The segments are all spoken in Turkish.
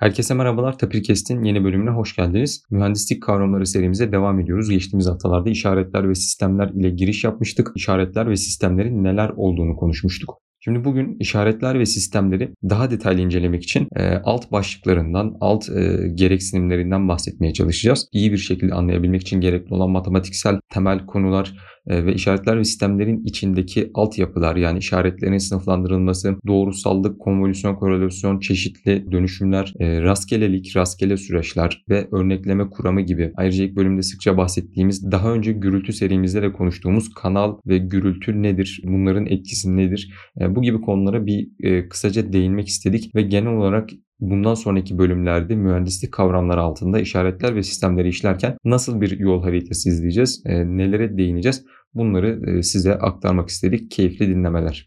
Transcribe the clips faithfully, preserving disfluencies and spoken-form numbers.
Herkese merhabalar, Tapirkest'in yeni bölümüne hoş geldiniz. Mühendislik kavramları serimize devam ediyoruz. Geçtiğimiz haftalarda işaretler ve sistemler ile giriş yapmıştık. İşaretler ve sistemlerin neler olduğunu konuşmuştuk. Şimdi bugün işaretler ve sistemleri daha detaylı incelemek için e, alt başlıklarından, alt e, gereksinimlerinden bahsetmeye çalışacağız. İyi bir şekilde anlayabilmek için gerekli olan matematiksel temel konular e, ve işaretler ve sistemlerin içindeki altyapılar, yani işaretlerin sınıflandırılması, doğrusallık, konvolüsyon, korelasyon, çeşitli dönüşümler, e, rastgelelik, rastgele süreçler ve örnekleme kuramı gibi, ayrıca ilk bölümde sıkça bahsettiğimiz, daha önce gürültü serimizde de konuştuğumuz kanal ve gürültü nedir, bunların etkisi nedir, e, bu gibi konulara bir e, kısaca değinmek istedik ve genel olarak bundan sonraki bölümlerde mühendislik kavramları altında işaretler ve sistemleri işlerken nasıl bir yol haritası izleyeceğiz, e, nelere değineceğiz, bunları e, size aktarmak istedik. Keyifli dinlemeler.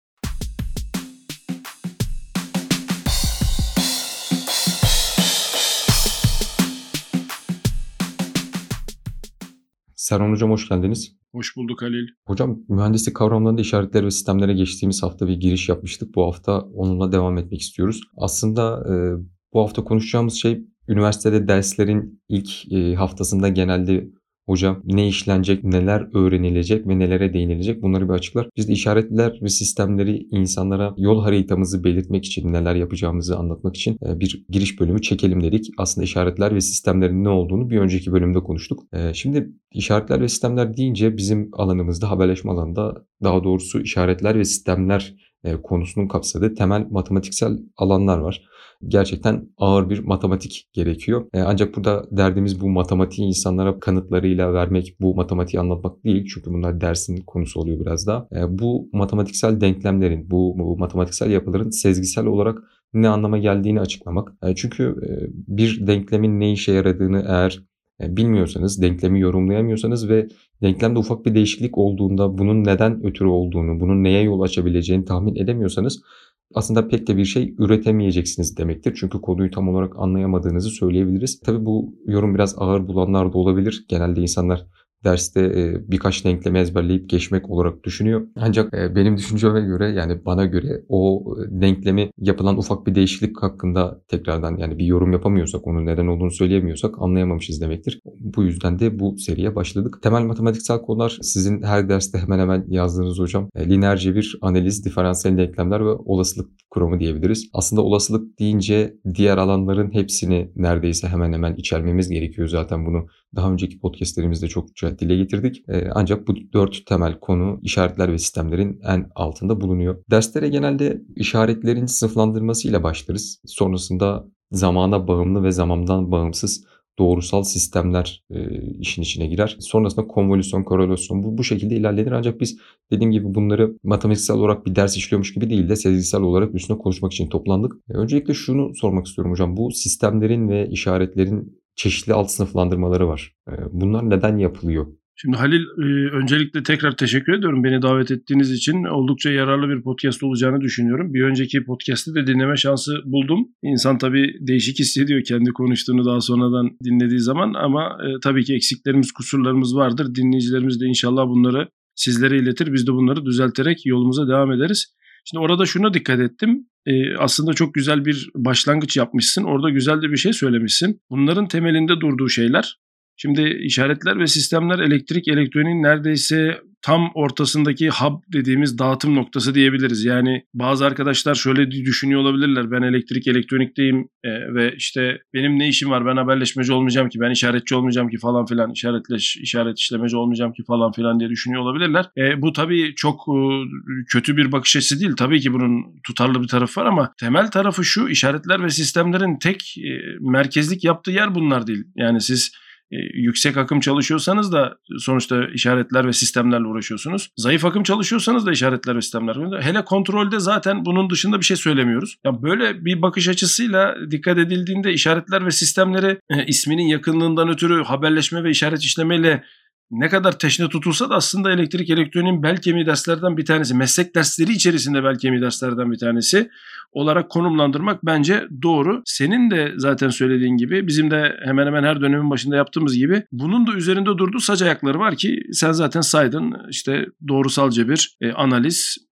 Serhan Hocam, hoş geldiniz. Hoş bulduk Halil. Hocam, mühendislik kavramlarında işaretler ve sistemlere geçtiğimiz hafta bir giriş yapmıştık. Bu hafta onunla devam etmek istiyoruz. Aslında e, bu hafta konuşacağımız şey, üniversitede derslerin ilk e, haftasında genelde hocam ne işlenecek, neler öğrenilecek ve nelere değinilecek, bunları bir açıklar. Biz de işaretler ve sistemleri insanlara yol haritamızı belirtmek için, neler yapacağımızı anlatmak için e, bir giriş bölümü çekelim dedik. Aslında işaretler ve sistemlerin ne olduğunu bir önceki bölümde konuştuk. E, şimdi işaretler ve sistemler deyince bizim alanımızda, haberleşme alanında, daha doğrusu işaretler ve sistemler e, konusunun kapsadığı temel matematiksel alanlar var. Gerçekten ağır bir matematik gerekiyor. E, ancak burada derdimiz bu matematiği insanlara kanıtlarıyla vermek, bu matematiği anlatmak değil. Çünkü bunlar dersin konusu oluyor biraz daha. E, bu matematiksel denklemlerin, bu, bu matematiksel yapıların sezgisel olarak ne anlama geldiğini açıklamak. E, çünkü e, bir denklemin ne işe yaradığını eğer e, bilmiyorsanız, denklemi yorumlayamıyorsanız ve denklemde ufak bir değişiklik olduğunda bunun neden ötürü olduğunu, bunun neye yol açabileceğini tahmin edemiyorsanız aslında pek de bir şey üretemeyeceksiniz demektir. Çünkü konuyu tam olarak anlayamadığınızı söyleyebiliriz. Tabii bu yorum biraz ağır bulanlar da olabilir. Genelde insanlar derste e, birkaç denklemi ezberleyip geçmek olarak düşünüyor. Ancak e, benim düşünceme göre, yani bana göre o denklemi yapılan ufak bir değişiklik hakkında tekrardan, yani bir yorum yapamıyorsak, onun neden olduğunu söyleyemiyorsak anlayamamışız demektir. Bu yüzden de bu seriye başladık. Temel matematiksel konular sizin her derste hemen hemen yazdığınız hocam. E, lineer cebir, analiz, diferansiyel denklemler ve olasılık kuramı diyebiliriz. Aslında olasılık deyince diğer alanların hepsini neredeyse hemen hemen içermemiz gerekiyor. Zaten bunu daha önceki podcastlerimizde çokça dile getirdik. Ee, ancak bu dört temel konu işaretler ve sistemlerin en altında bulunuyor. Derslere genelde işaretlerin sınıflandırmasıyla başlarız. Sonrasında zamana bağımlı ve zamandan bağımsız doğrusal sistemler e, işin içine girer. Sonrasında konvolüsyon, korelasyon, bu, bu şekilde ilerlenir. Ancak biz dediğim gibi bunları matematiksel olarak bir ders işliyormuş gibi değil de sezgisel olarak üstüne konuşmak için toplandık. E, öncelikle şunu sormak istiyorum hocam. Bu sistemlerin ve işaretlerin çeşitli alt sınıflandırmaları var. E, bunlar neden yapılıyor? Şimdi Halil, e, öncelikle tekrar teşekkür ediyorum beni davet ettiğiniz için. Oldukça yararlı bir podcast olacağını düşünüyorum. Bir önceki podcast'ı da dinleme şansı buldum. İnsan tabii değişik hissediyor kendi konuştuğunu daha sonradan dinlediği zaman, ama e, tabii ki eksiklerimiz, kusurlarımız vardır. Dinleyicilerimiz de inşallah bunları sizlere iletir. Biz de bunları düzelterek yolumuza devam ederiz. Şimdi orada şuna dikkat ettim. Ee, aslında çok güzel bir başlangıç yapmışsın. Orada güzel de bir şey söylemişsin. Bunların temelinde durduğu şeyler. Şimdi işaretler ve sistemler elektrik elektroniğin neredeyse tam ortasındaki hub dediğimiz dağıtım noktası diyebiliriz. Yani bazı arkadaşlar şöyle düşünüyor olabilirler. Ben elektrik elektronikteyim e, ve işte benim ne işim var? Ben haberleşmeci olmayacağım ki, ben işaretçi olmayacağım ki falan filan, işaretleş, işaret işlemeci olmayacağım ki falan filan diye düşünüyor olabilirler. E, bu tabii çok e, kötü bir bakış açısı değil. Tabii ki bunun tutarlı bir tarafı var, ama temel tarafı şu: işaretler ve sistemlerin tek e, merkezlik yaptığı yer bunlar değil. Yani siz E, yüksek akım çalışıyorsanız da sonuçta işaretler ve sistemlerle uğraşıyorsunuz. Zayıf akım çalışıyorsanız da işaretler ve sistemler. Hele kontrolde zaten bunun dışında bir şey söylemiyoruz. Ya böyle bir bakış açısıyla dikkat edildiğinde işaretler ve sistemleri e, isminin yakınlığından ötürü haberleşme ve işaret işlemeyle ne kadar teşne tutulsa da aslında elektrik elektroniğin bel kemiği derslerden bir tanesi, meslek dersleri içerisinde bel kemiği derslerden bir tanesi olarak konumlandırmak bence doğru. Senin de zaten söylediğin gibi, bizim de hemen hemen her dönemin başında yaptığımız gibi bunun da üzerinde durduğu sac ayakları var ki sen zaten saydın. İşte doğrusal cebir, e, analiz,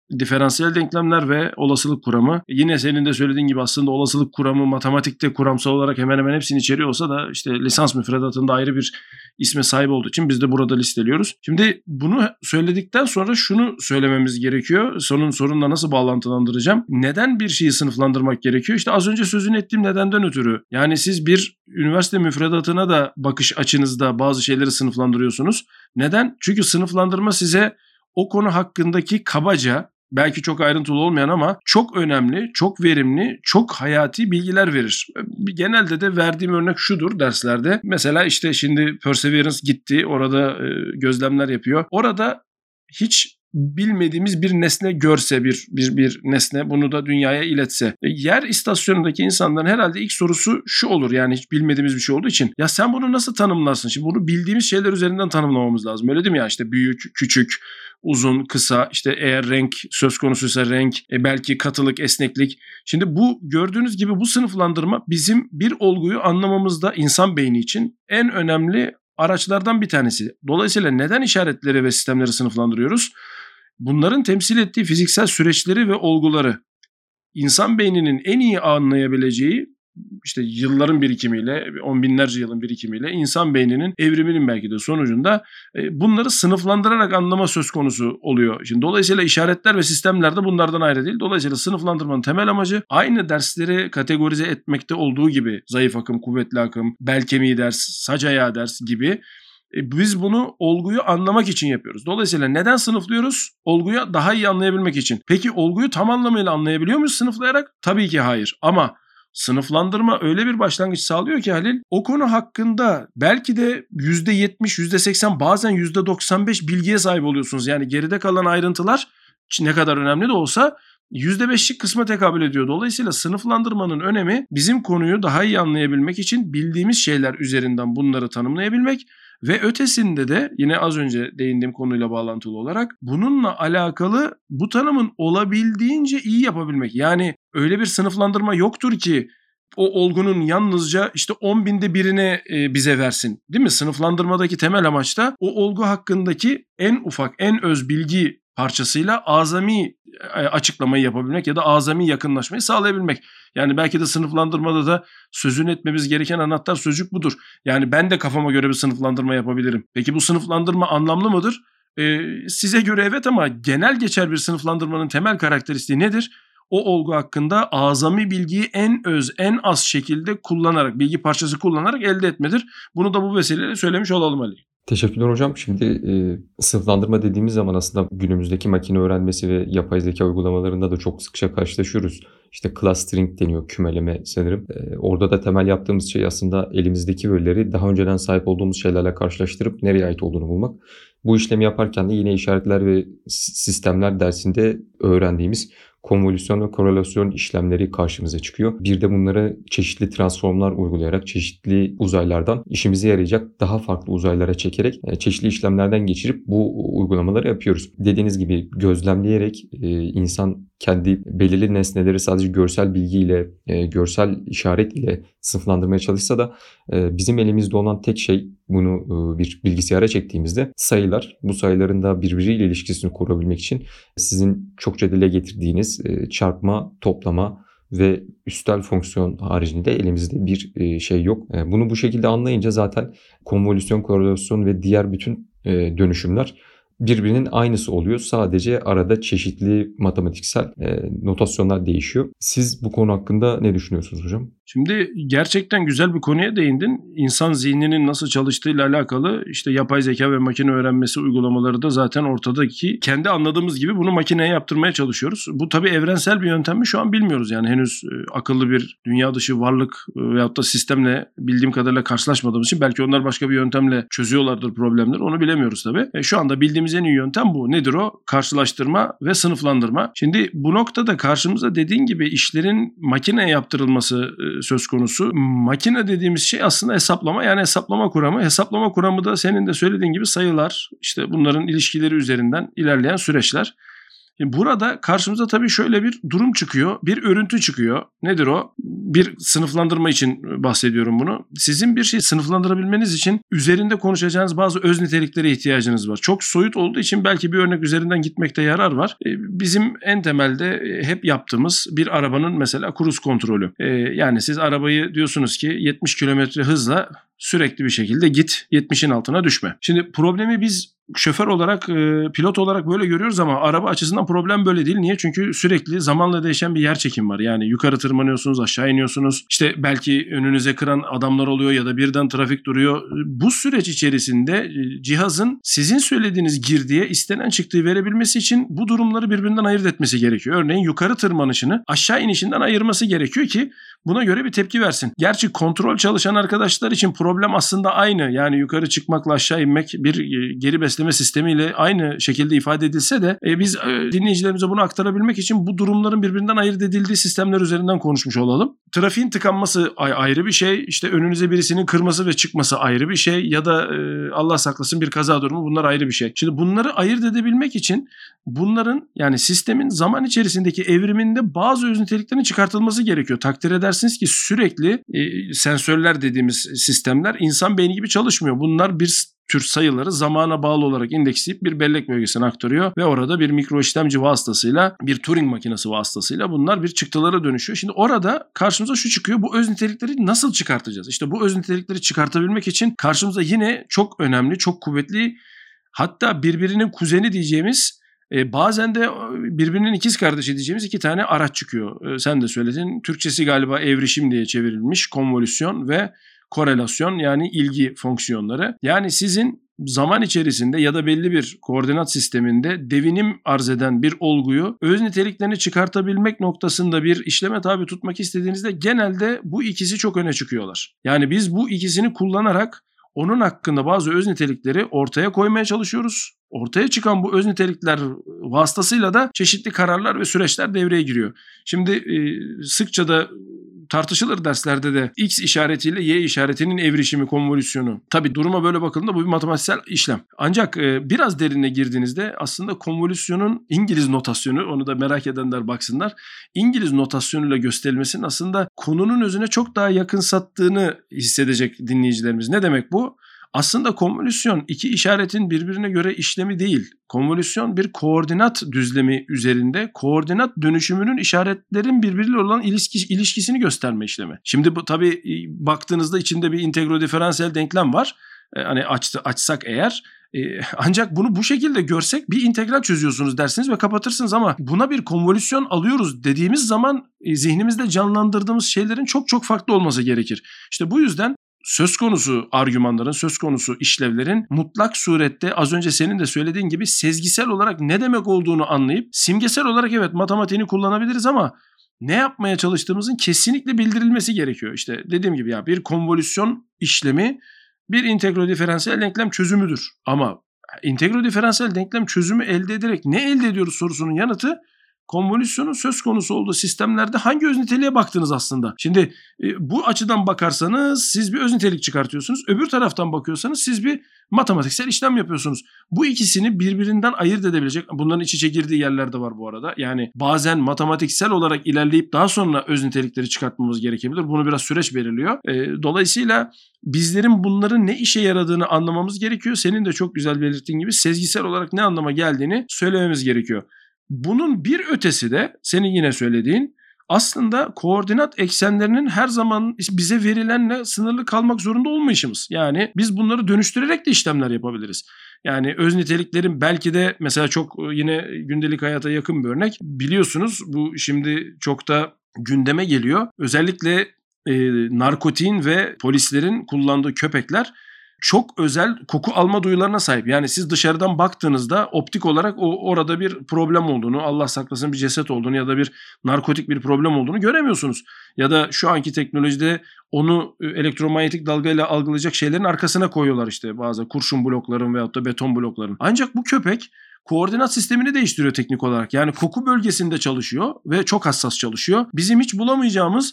diferansiyel denklemler ve olasılık kuramı. Yine senin de söylediğin gibi aslında olasılık kuramı matematikte kuramsal olarak hemen hemen hepsini içeriyor olsa da işte lisans müfredatında ayrı bir isme sahip olduğu için biz de burada listeliyoruz. Şimdi bunu söyledikten sonra şunu söylememiz gerekiyor. Sonun sorunla nasıl bağlantılandıracağım? Neden bir şeyi sınıflandırmak gerekiyor? İşte az önce sözünü ettiğim nedenden ötürü. Yani siz bir üniversite müfredatına da bakış açınızda bazı şeyleri sınıflandırıyorsunuz. Neden? Çünkü sınıflandırma size o konu hakkındaki kabaca, belki çok ayrıntılı olmayan ama çok önemli, çok verimli, çok hayati bilgiler verir. Genelde de verdiğim örnek şudur derslerde. Mesela işte şimdi Perseverance gitti, orada gözlemler yapıyor. Orada hiç bilmediğimiz bir nesne görse, bir, bir, bir nesne bunu da dünyaya iletse. Yer istasyonundaki insanların herhalde ilk sorusu şu olur, yani hiç bilmediğimiz bir şey olduğu için. Ya sen bunu nasıl tanımlarsın? Şimdi bunu bildiğimiz şeyler üzerinden tanımlamamız lazım. Öyle değil mi ya? İşte büyük, küçük, uzun, kısa, işte eğer renk söz konusuysa renk, e belki katılık, esneklik. Şimdi bu gördüğünüz gibi bu sınıflandırma bizim bir olguyu anlamamızda insan beyni için en önemli araçlardan bir tanesi. Dolayısıyla neden işaretleri ve sistemleri sınıflandırıyoruz? Bunların temsil ettiği fiziksel süreçleri ve olguları insan beyninin en iyi anlayabileceği, işte yılların birikimiyle, on binlerce yılın birikimiyle insan beyninin evriminin belki de sonucunda bunları sınıflandırarak anlama söz konusu oluyor. Şimdi dolayısıyla işaretler ve sistemler de bunlardan ayrı değil. Dolayısıyla sınıflandırmanın temel amacı aynı dersleri kategorize etmekte olduğu gibi zayıf akım, kuvvetli akım, bel kemiği ders, saç ayağı ders gibi biz bunu olguyu anlamak için yapıyoruz. Dolayısıyla neden sınıflıyoruz? Olguyu daha iyi anlayabilmek için. Peki olguyu tam anlamıyla anlayabiliyor muyuz sınıflayarak? Tabii ki hayır. Ama sınıflandırma öyle bir başlangıç sağlıyor ki Halil, o konu hakkında belki de yüzde yetmiş, yüzde seksen, bazen yüzde doksan beş bilgiye sahip oluyorsunuz. Yani geride kalan ayrıntılar ne kadar önemli de olsa yüzde beşlik kısma tekabül ediyor. Dolayısıyla sınıflandırmanın önemi bizim konuyu daha iyi anlayabilmek için bildiğimiz şeyler üzerinden bunları tanımlayabilmek ve ötesinde de yine az önce değindiğim konuyla bağlantılı olarak bununla alakalı bu tanımın olabildiğince iyi yapabilmek. Yani öyle bir sınıflandırma yoktur ki o olgunun yalnızca işte on binde birini e, bize versin. Değil mi? Sınıflandırmadaki temel amaç da o olgu hakkındaki en ufak, en öz bilgi parçasıyla azami açıklamayı yapabilmek ya da azami yakınlaşmayı sağlayabilmek. Yani belki de sınıflandırmada da sözünü etmemiz gereken anahtar sözcük budur. Yani ben de kafama göre bir sınıflandırma yapabilirim. Peki bu sınıflandırma anlamlı mıdır? Ee, size göre evet, ama genel geçer bir sınıflandırmanın temel karakteristiği nedir? O olgu hakkında azami bilgiyi en öz, en az şekilde kullanarak, bilgi parçası kullanarak elde etmedir. Bunu da bu vesileyle söylemiş olalım Ali. Teşekkürler hocam. Şimdi e, sınıflandırma dediğimiz zaman aslında günümüzdeki makine öğrenmesi ve yapay zeka uygulamalarında da çok sıkça karşılaşıyoruz. İşte clustering deniyor, kümeleme sanırım. E, orada da temel yaptığımız şey aslında elimizdeki verileri daha önceden sahip olduğumuz şeylerle karşılaştırıp nereye ait olduğunu bulmak. Bu işlemi yaparken de yine işaretler ve sistemler dersinde öğrendiğimiz konvolüsyon ve korelasyon işlemleri karşımıza çıkıyor. Bir de bunları çeşitli transformlar uygulayarak, çeşitli uzaylardan işimize yarayacak daha farklı uzaylara çekerek, çeşitli işlemlerden geçirip bu uygulamaları yapıyoruz. Dediğiniz gibi gözlemleyerek insan kendi belirli nesneleri sadece görsel bilgiyle, görsel işaret ile sınıflandırmaya çalışsa da bizim elimizde olan tek şey bunu bir bilgisayara çektiğimizde sayılar. Bu sayıların da birbiriyle ilişkisini kurabilmek için sizin çokça dile getirdiğiniz çarpma, toplama ve üstel fonksiyon haricinde elimizde bir şey yok. Bunu bu şekilde anlayınca zaten konvolüsyon, korelasyon ve diğer bütün dönüşümler birbirinin aynısı oluyor. Sadece arada çeşitli matematiksel e, notasyonlar değişiyor. Siz bu konu hakkında ne düşünüyorsunuz hocam? Şimdi gerçekten güzel bir konuya değindin. İnsan zihninin nasıl çalıştığıyla alakalı işte yapay zeka ve makine öğrenmesi uygulamaları da zaten ortadaki, kendi anladığımız gibi bunu makineye yaptırmaya çalışıyoruz. Bu tabii evrensel bir yöntem mi şu an bilmiyoruz. Yani henüz akıllı bir dünya dışı varlık veyahut da sistemle bildiğim kadarıyla karşılaşmadığımız için belki onlar başka bir yöntemle çözüyorlardır problemleri. Onu bilemiyoruz tabii. E şu anda bildiğimiz en iyi yöntem bu. Nedir o? Karşılaştırma ve sınıflandırma. Şimdi bu noktada karşımıza dediğin gibi işlerin makineye yaptırılması söz konusu. Makine dediğimiz şey aslında hesaplama, yani hesaplama kuramı. Hesaplama kuramı da senin de söylediğin gibi sayılar, işte bunların ilişkileri üzerinden ilerleyen süreçler. Şimdi burada karşımıza tabii şöyle bir durum çıkıyor. Bir örüntü çıkıyor. Nedir o? Bir sınıflandırma için bahsediyorum bunu. Sizin bir şeyi sınıflandırabilmeniz için üzerinde konuşacağınız bazı öz niteliklere ihtiyacınız var. Çok soyut olduğu için belki bir örnek üzerinden gitmekte yarar var. Bizim en temelde hep yaptığımız bir arabanın mesela cruise kontrolü. Yani siz arabayı diyorsunuz ki yetmiş kilometre hızla sürekli bir şekilde git, yetmişin altına düşme. Şimdi problemi biz şoför olarak, pilot olarak böyle görüyoruz ama araba açısından problem böyle değil. Niye? Çünkü sürekli zamanla değişen bir yerçekim var. Yani yukarı tırmanıyorsunuz, aşağı iniyorsunuz. İşte belki önünüze kıran adamlar oluyor ya da birden trafik duruyor. Bu süreç içerisinde cihazın sizin söylediğiniz girdiye istenen çıktığı verebilmesi için bu durumları birbirinden ayırt etmesi gerekiyor. Örneğin yukarı tırmanışını aşağı inişinden ayırması gerekiyor ki buna göre bir tepki versin. Gerçi kontrol çalışan arkadaşlar için problem aslında aynı. Yani yukarı çıkmakla aşağı inmek bir geri besleme sistemiyle aynı şekilde ifade edilse de e, biz e, dinleyicilerimize bunu aktarabilmek için bu durumların birbirinden ayırt edildiği sistemler üzerinden konuşmuş olalım. Trafiğin tıkanması ayrı bir şey. İşte önünüze birisinin kırması ve çıkması ayrı bir şey. Ya da e, Allah saklasın bir kaza durumu, bunlar ayrı bir şey. Şimdi bunları ayırt edebilmek için bunların, yani sistemin zaman içerisindeki evriminde bazı öz niteliklerin çıkartılması gerekiyor. Takdir edersiniz ki sürekli e, sensörler dediğimiz sistemler insan beyni gibi çalışmıyor. Bunlar bir tür sayıları zamana bağlı olarak indeksleyip bir bellek bölgesine aktarıyor ve orada bir mikro işlemci vasıtasıyla, bir Turing makinesi vasıtasıyla bunlar bir çıktılara dönüşüyor. Şimdi orada karşımıza şu çıkıyor: bu öz nitelikleri nasıl çıkartacağız? İşte bu öz nitelikleri çıkartabilmek için karşımıza yine çok önemli, çok kuvvetli, hatta birbirinin kuzeni diyeceğimiz, E, bazen de birbirinin ikiz kardeşi diyeceğimiz iki tane araç çıkıyor. E, sen de söyledin. Türkçesi galiba evrişim diye çevrilmiş. Konvolüsyon ve korelasyon, yani ilgi fonksiyonları. Yani sizin zaman içerisinde ya da belli bir koordinat sisteminde devinim arz eden bir olguyu öz niteliklerini çıkartabilmek noktasında bir işleme tabi tutmak istediğinizde genelde bu ikisi çok öne çıkıyorlar. Yani biz bu ikisini kullanarak onun hakkında bazı öz nitelikleri ortaya koymaya çalışıyoruz. Ortaya çıkan bu öz nitelikler vasıtasıyla da çeşitli kararlar ve süreçler devreye giriyor. Şimdi e, sıkça da tartışılır derslerde de X işaretiyle Y işaretinin evrişimi, konvolüsyonu. Tabii duruma böyle bakıldığında bu bir matematiksel işlem. Ancak e, biraz derine girdiğinizde aslında konvolüsyonun İngiliz notasyonu, onu da merak edenler baksınlar, İngiliz notasyonuyla gösterilmesinin aslında konunun özüne çok daha yakınsattığını hissedecek dinleyicilerimiz. Ne demek bu? Aslında konvolüsyon iki işaretin birbirine göre işlemi değil. Konvolüsyon bir koordinat düzlemi üzerinde koordinat dönüşümünün işaretlerin birbiriyle olan ilişki, ilişkisini gösterme işlemi. Şimdi bu tabii baktığınızda içinde bir integro diferansiyel denklem var. Ee, hani aç, açsak eğer. Ee, ancak bunu bu şekilde görsek bir integral çözüyorsunuz dersiniz ve kapatırsınız, ama buna bir konvolüsyon alıyoruz dediğimiz zaman e, zihnimizde canlandırdığımız şeylerin çok çok farklı olması gerekir. İşte bu yüzden söz konusu argümanların, söz konusu işlevlerin mutlak surette az önce senin de söylediğin gibi sezgisel olarak ne demek olduğunu anlayıp simgesel olarak evet matematiğini kullanabiliriz ama ne yapmaya çalıştığımızın kesinlikle bildirilmesi gerekiyor. İşte dediğim gibi ya bir konvolüsyon işlemi bir integro diferansiyel denklem çözümüdür. Ama integro diferansiyel denklem çözümü elde ederek ne elde ediyoruz sorusunun yanıtı konvolüsyonun söz konusu olduğu sistemlerde hangi öz niteliğe baktınız aslında. Şimdi e, bu açıdan bakarsanız siz bir öz nitelik çıkartıyorsunuz. Öbür taraftan bakıyorsanız siz bir matematiksel işlem yapıyorsunuz. Bu ikisini birbirinden ayırt edebilecek, bunların iç içe girdiği yerler de var bu arada. Yani bazen matematiksel olarak ilerleyip daha sonra öz nitelikleri çıkartmamız gerekebilir. Bunu biraz süreç belirliyor. E, dolayısıyla bizlerin bunların ne işe yaradığını anlamamız gerekiyor. Senin de çok güzel belirttiğin gibi sezgisel olarak ne anlama geldiğini söylememiz gerekiyor. Bunun bir ötesi de senin yine söylediğin aslında koordinat eksenlerinin her zaman bize verilenle sınırlı kalmak zorunda olmayışımız. Yani biz bunları dönüştürerek de işlemler yapabiliriz. Yani öz niteliklerin belki de mesela çok yine gündelik hayata yakın bir örnek, biliyorsunuz bu şimdi çok da gündeme geliyor. Özellikle e, narkotiğin ve polislerin kullandığı köpekler çok özel koku alma duyularına sahip. Yani siz dışarıdan baktığınızda optik olarak o orada bir problem olduğunu, Allah saklasın bir ceset olduğunu ya da bir narkotik bir problem olduğunu göremiyorsunuz. Ya da şu anki teknolojide onu elektromanyetik dalgayla algılayacak şeylerin arkasına koyuyorlar, işte bazı kurşun blokların veyahut da beton blokların. Ancak bu köpek koordinat sistemini değiştiriyor teknik olarak. Yani koku bölgesinde çalışıyor ve çok hassas çalışıyor. Bizim hiç bulamayacağımız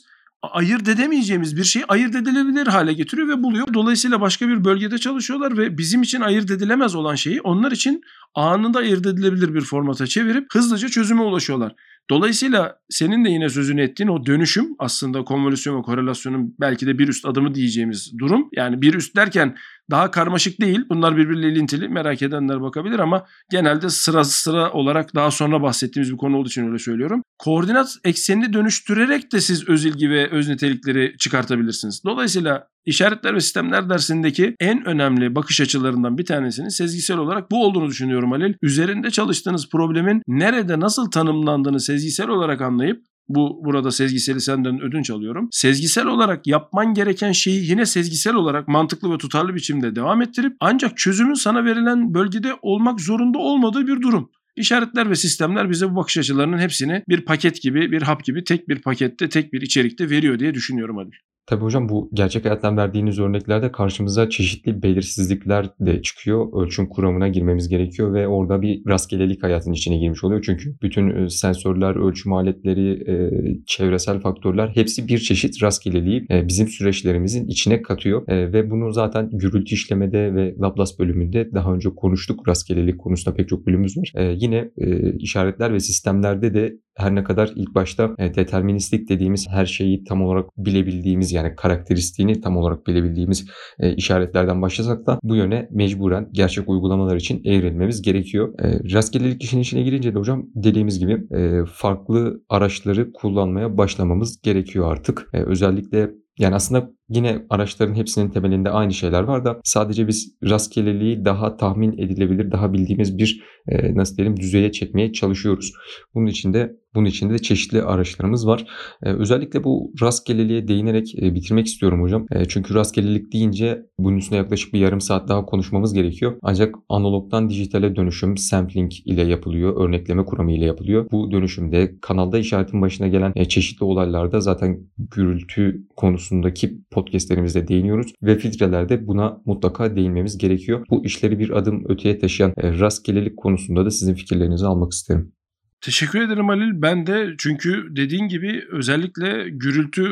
ayırt edemeyeceğimiz bir şeyi ayırt edilebilir hale getiriyor ve buluyor. Dolayısıyla başka bir bölgede çalışıyorlar ve bizim için ayırt edilemez olan şeyi onlar için anında ayırt edilebilir bir formata çevirip hızlıca çözüme ulaşıyorlar. Dolayısıyla senin de yine sözünü ettiğin o dönüşüm aslında konvolüsyon ve korelasyonun belki de bir üst adımı diyeceğimiz durum. Yani bir üst derken daha karmaşık değil. Bunlar birbiriyle ilintili. Merak edenler bakabilir ama genelde sıra sıra olarak daha sonra bahsettiğimiz bir konu olduğu için öyle söylüyorum. Koordinat eksenini dönüştürerek de siz öz ilgi ve öz nitelikleri çıkartabilirsiniz. Dolayısıyla işaretler ve sistemler dersindeki en önemli bakış açılarından bir tanesinin sezgisel olarak bu olduğunu düşünüyorum Halil. Üzerinde çalıştığınız problemin nerede nasıl tanımlandığını sezgisel olarak anlayıp, bu burada sezgiseli senden ödünç alıyorum. Sezgisel olarak yapman gereken şeyi yine sezgisel olarak mantıklı ve tutarlı biçimde devam ettirip ancak çözümün sana verilen bölgede olmak zorunda olmadığı bir durum. İşaretler ve sistemler bize bu bakış açılarının hepsini bir paket gibi, bir hap gibi tek bir pakette, tek bir içerikte veriyor diye düşünüyorum Halil. Tabii hocam, bu gerçek hayattan verdiğiniz örneklerde karşımıza çeşitli belirsizlikler de çıkıyor. Ölçüm kuramına girmemiz gerekiyor ve orada bir rastgelelik hayatın içine girmiş oluyor. Çünkü bütün sensörler, ölçüm aletleri, çevresel faktörler hepsi bir çeşit rastgeleliği bizim süreçlerimizin içine katıyor. Ve bunu zaten gürültü işlemede ve Laplace bölümünde daha önce konuştuk. Rastgelelik konusunda pek çok bölümümüz var. Yine işaretler ve sistemlerde de her ne kadar ilk başta deterministik dediğimiz her şeyi tam olarak bilebildiğimiz, yani karakteristiğini tam olarak bilebildiğimiz e, işaretlerden başlasak da bu yöne mecburen gerçek uygulamalar için evrilmemiz gerekiyor. E, rastgelelik işin içine girince de hocam dediğimiz gibi e, farklı araçları kullanmaya başlamamız gerekiyor artık. E, özellikle yani aslında yine araçların hepsinin temelinde aynı şeyler var da sadece biz rastgeleliği daha tahmin edilebilir, daha bildiğimiz bir e, nasıl diyelim düzeye çekmeye çalışıyoruz. Bunun için de bunun için de çeşitli araçlarımız var. E, özellikle bu rastgeleliğe değinerek e, bitirmek istiyorum hocam. E, çünkü rastgelelik deyince bunun üstüne yaklaşık bir yarım saat daha konuşmamız gerekiyor. Ancak analogdan dijitale dönüşüm sampling ile yapılıyor, örnekleme kuramı ile yapılıyor. Bu dönüşümde kanalda işaretin başına gelen e, çeşitli olaylarda zaten gürültü konusundaki podcastlerimizde değiniyoruz ve filtrelerde buna mutlaka değinmemiz gerekiyor. Bu işleri bir adım öteye taşıyan e, rastgelelik konusunda da sizin fikirlerinizi almak isterim. Teşekkür ederim Halil. Ben de çünkü dediğin gibi özellikle gürültü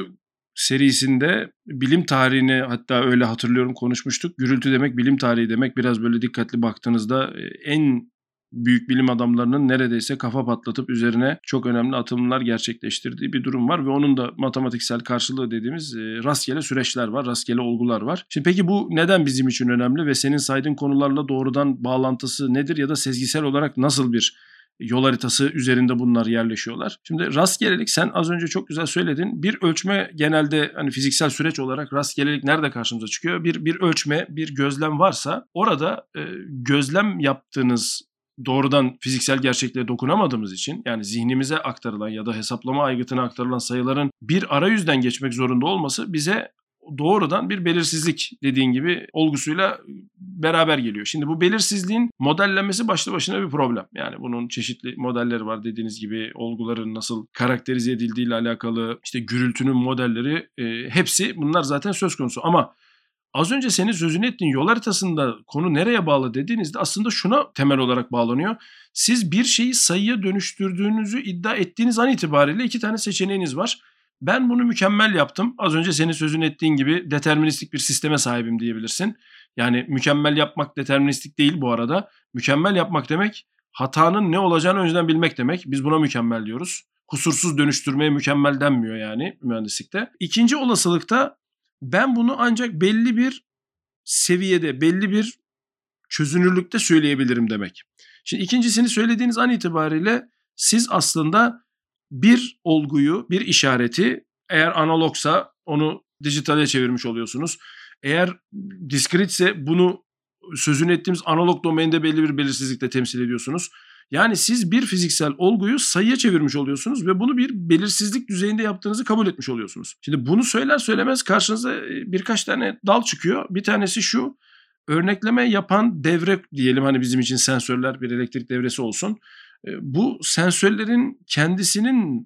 serisinde bilim tarihini, hatta öyle hatırlıyorum konuşmuştuk. Gürültü demek bilim tarihi demek. Biraz böyle dikkatli baktığınızda en büyük bilim adamlarının neredeyse kafa patlatıp üzerine çok önemli atılımlar gerçekleştirdiği bir durum var ve onun da matematiksel karşılığı dediğimiz rastgele süreçler var, rastgele olgular var. Şimdi peki bu neden bizim için önemli ve senin saydığın konularla doğrudan bağlantısı nedir ya da sezgisel olarak nasıl bir yol haritası üzerinde bunlar yerleşiyorlar? Şimdi rastgelelik, sen az önce çok güzel söyledin. Bir ölçme, genelde hani fiziksel süreç olarak rastgelelik nerede karşımıza çıkıyor? Bir bir ölçme, bir gözlem varsa orada e, gözlem yaptığınız doğrudan fiziksel gerçekliğe dokunamadığımız için, yani zihnimize aktarılan ya da hesaplama aygıtına aktarılan sayıların bir arayüzden geçmek zorunda olması bize doğrudan bir belirsizlik, dediğin gibi, olgusuyla beraber geliyor. Şimdi bu belirsizliğin modellenmesi başlı başına bir problem. Yani bunun çeşitli modelleri var, dediğiniz gibi olguların nasıl karakterize edildiği ile alakalı, işte gürültünün modelleri, e, hepsi bunlar zaten söz konusu. Ama az önce senin sözünü ettiğin yol haritasında konu nereye bağlı dediğinizde aslında şuna temel olarak bağlanıyor. Siz bir şeyi sayıya dönüştürdüğünüzü iddia ettiğiniz an itibariyle iki tane seçeneğiniz var. Ben bunu mükemmel yaptım. Az önce senin sözünü ettiğin gibi deterministik bir sisteme sahibim diyebilirsin. Yani mükemmel yapmak deterministik değil bu arada. Mükemmel yapmak demek hatanın ne olacağını önceden bilmek demek. Biz buna mükemmel diyoruz. Kusursuz dönüştürmeye mükemmel denmiyor yani mühendislikte. İkinci olasılıkta ben bunu ancak belli bir seviyede, belli bir çözünürlükte söyleyebilirim demek. Şimdi ikincisini söylediğiniz an itibariyle siz aslında bir olguyu, bir işareti, eğer analogsa onu dijitale çevirmiş oluyorsunuz. Eğer diskritse bunu sözünü ettiğimiz analog domainde belli bir belirsizlikle temsil ediyorsunuz. Yani siz bir fiziksel olguyu sayıya çevirmiş oluyorsunuz ve bunu bir belirsizlik düzeyinde yaptığınızı kabul etmiş oluyorsunuz. Şimdi bunu söyler söylemez karşınıza birkaç tane dal çıkıyor. Bir tanesi şu: örnekleme yapan devre diyelim, hani bizim için sensörler bir elektrik devresi olsun. Bu sensörlerin kendisinin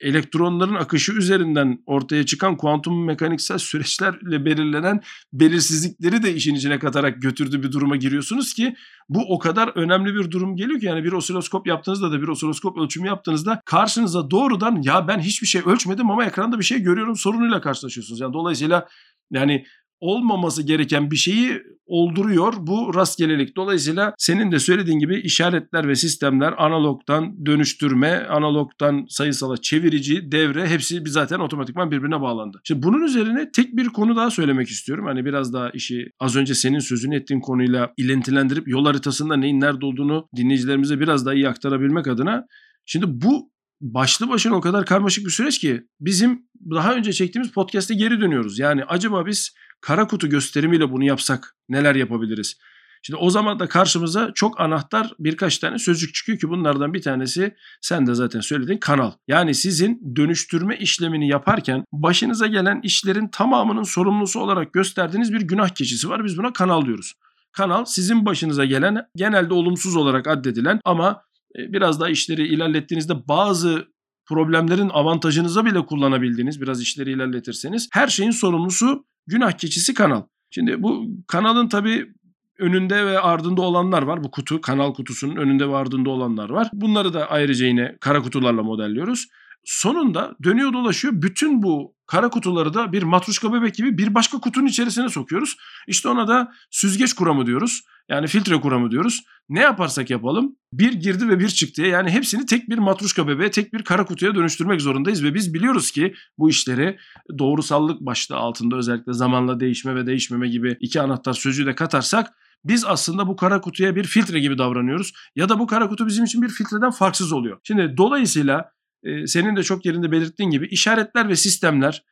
elektronların akışı üzerinden ortaya çıkan kuantum mekaniksel süreçlerle belirlenen belirsizlikleri de işin içine katarak götürdüğü bir duruma giriyorsunuz ki bu o kadar önemli bir durum geliyor ki yani bir osiloskop yaptığınızda da bir osiloskop ölçümü yaptığınızda karşınıza doğrudan ya ben hiçbir şey ölçmedim ama ekranda bir şey görüyorum sorunuyla karşılaşıyorsunuz. Yani dolayısıyla yani olmaması gereken bir şeyi olduruyor bu rastgelelik. Dolayısıyla senin de söylediğin gibi işaretler ve sistemler analogdan dönüştürme, analogdan sayısala çevirici, devre hepsi zaten otomatikman birbirine bağlandı. Şimdi bunun üzerine tek bir konu daha söylemek istiyorum. Hani biraz daha işi az önce senin sözünü ettiğin konuyla ilintilendirip yol haritasında neyin nerede olduğunu dinleyicilerimize biraz daha iyi aktarabilmek adına. Şimdi bu başlı başına o kadar karmaşık bir süreç ki bizim daha önce çektiğimiz podcast'e geri dönüyoruz. Yani acaba biz kara kutu gösterimiyle bunu yapsak neler yapabiliriz? Şimdi o zaman da karşımıza çok anahtar birkaç tane sözcük çıkıyor ki bunlardan bir tanesi sen de zaten söylediğin kanal. Yani sizin dönüştürme işlemini yaparken başınıza gelen işlerin tamamının sorumlusu olarak gösterdiğiniz bir günah keçisi var. Biz buna kanal diyoruz. Kanal sizin başınıza gelen genelde olumsuz olarak addedilen ama biraz daha işleri ilerlettiğinizde bazı problemlerin avantajınıza bile kullanabildiğiniz biraz işleri ilerletirseniz her şeyin sorumlusu günah keçisi kanal. Şimdi bu kanalın tabii önünde ve ardında olanlar var. Bu kutu kanal kutusunun önünde ve ardında olanlar var. Bunları da ayrıca yine kara kutularla modelliyoruz. Sonunda dönüyor dolaşıyor bütün bu kara kutuları da bir matruşka bebek gibi bir başka kutunun içerisine sokuyoruz. İşte ona da süzgeç kuramı diyoruz. Yani filtre kuramı diyoruz. Ne yaparsak yapalım bir girdi ve bir çıktıya yani hepsini tek bir matruşka bebeğe, tek bir kara kutuya dönüştürmek zorundayız. Ve biz biliyoruz ki bu işleri doğrusallık başlığı altında özellikle zamanla değişme ve değişmeme gibi iki anahtar sözcüğü de katarsak biz aslında bu kara kutuya bir filtre gibi davranıyoruz. Ya da bu kara kutu bizim için bir filtreden farksız oluyor. Şimdi dolayısıyla e, senin de çok yerinde belirttiğin gibi işaretler ve sistemler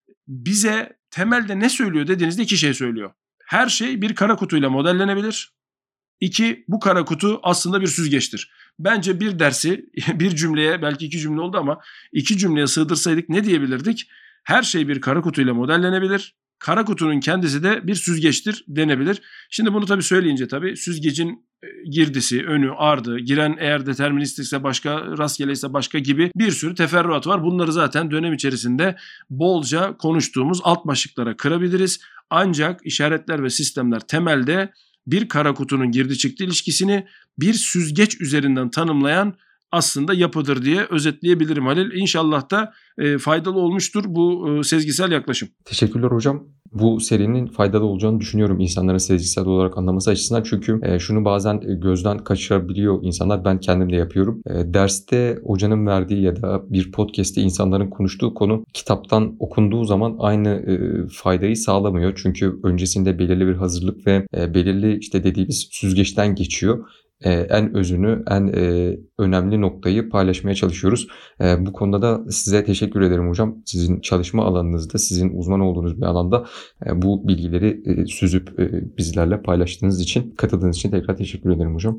bize temelde ne söylüyor dediğinizde iki şey söylüyor. Her şey bir kara kutuyla modellenebilir. İki, bu kara kutu aslında bir süzgeçtir. Bence bir dersi bir cümleye belki iki cümle oldu ama iki cümleye sığdırsaydık ne diyebilirdik? Her şey bir kara kutuyla modellenebilir. Kara kutunun kendisi de bir süzgeçtir denebilir. Şimdi bunu tabii söyleyince tabii süzgecin girdisi, önü, ardı, giren eğer deterministikse başka, rastgeleyse başka gibi bir sürü teferruat var. Bunları zaten dönem içerisinde bolca konuştuğumuz alt başlıklara kırabiliriz. Ancak işaretler ve sistemler temelde bir kara kutunun girdi çıktı ilişkisini bir süzgeç üzerinden tanımlayan aslında yapıdır diye özetleyebilirim Halil. İnşallah da e, faydalı olmuştur bu e, sezgisel yaklaşım. Teşekkürler hocam. Bu serinin faydalı olacağını düşünüyorum insanların sezgisel olarak anlaması açısından. Çünkü e, şunu bazen gözden kaçırabiliyor insanlar. Ben kendim de yapıyorum. E, derste hocanın verdiği ya da bir podcast'te insanların konuştuğu konu kitaptan okunduğu zaman aynı e, faydayı sağlamıyor. Çünkü öncesinde belirli bir hazırlık ve e, belirli işte dediğimiz süzgeçten geçiyor. En özünü, en önemli noktayı paylaşmaya çalışıyoruz. Bu konuda da size teşekkür ederim hocam. Sizin çalışma alanınızda, sizin uzman olduğunuz bir alanda bu bilgileri süzüp bizlerle paylaştığınız için, katıldığınız için tekrar teşekkür ederim hocam.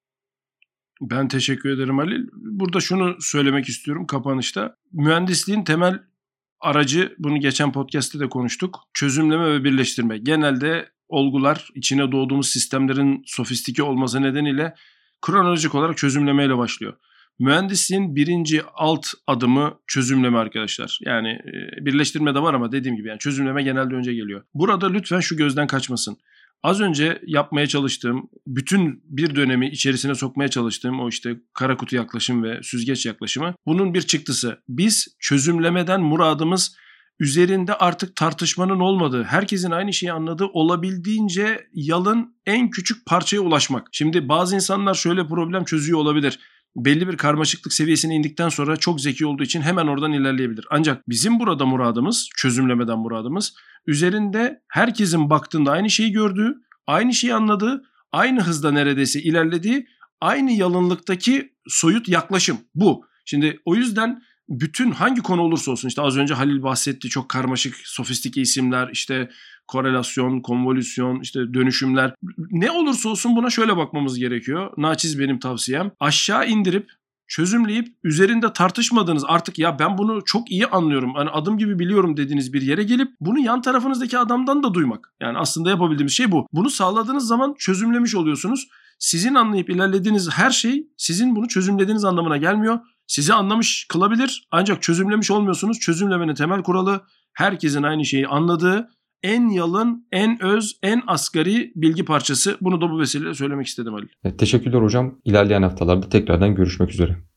Ben teşekkür ederim Halil. Burada şunu söylemek istiyorum kapanışta. Mühendisliğin temel aracı, bunu geçen podcast'te de konuştuk. Çözümleme ve birleştirme. Genelde olgular içine doğduğumuz sistemlerin sofistike olması nedeniyle kronolojik olarak çözümlemeyle başlıyor. Mühendisliğin birinci alt adımı çözümleme arkadaşlar. Yani e, birleştirme de var ama dediğim gibi yani çözümleme genelde önce geliyor. Burada lütfen şu gözden kaçmasın. Az önce yapmaya çalıştığım, bütün bir dönemi içerisine sokmaya çalıştığım o işte kara kutu yaklaşım ve süzgeç yaklaşımı bunun bir çıktısı. Biz çözümlemeden muradımız üzerinde artık tartışmanın olmadığı, herkesin aynı şeyi anladığı, olabildiğince yalın en küçük parçaya ulaşmak. Şimdi bazı insanlar şöyle problem çözüyor olabilir. Belli bir karmaşıklık seviyesine indikten sonra çok zeki olduğu için hemen oradan ilerleyebilir. Ancak bizim burada muradımız, çözümlemeden muradımız, üzerinde herkesin baktığında aynı şeyi gördüğü, aynı şeyi anladığı, aynı hızda neredeyse ilerlediği, aynı yalınlıktaki soyut yaklaşım bu. Şimdi o yüzden bütün hangi konu olursa olsun, işte az önce Halil bahsetti, çok karmaşık, sofistike isimler, işte korelasyon, konvolüsyon, işte dönüşümler, ne olursa olsun buna şöyle bakmamız gerekiyor. Naçiz benim tavsiyem. Aşağı indirip çözümleyip üzerinde tartışmadığınız, artık ya ben bunu çok iyi anlıyorum, hani adım gibi biliyorum dediğiniz bir yere gelip bunu yan tarafınızdaki adamdan da duymak. Yani aslında yapabildiğimiz şey bu. Bunu sağladığınız zaman çözümlemiş oluyorsunuz. Sizin anlayıp ilerlediğiniz her şey sizin bunu çözümlediğiniz anlamına gelmiyor. sizi anlamış kılabilir ancak çözümlemiş olmuyorsunuz. Çözümlemenin temel kuralı herkesin aynı şeyi anladığı en yalın, en öz, en asgari bilgi parçası. Bunu da bu vesileyle söylemek istedim Ali. Evet, teşekkürler hocam. İlerleyen haftalarda tekrardan görüşmek üzere.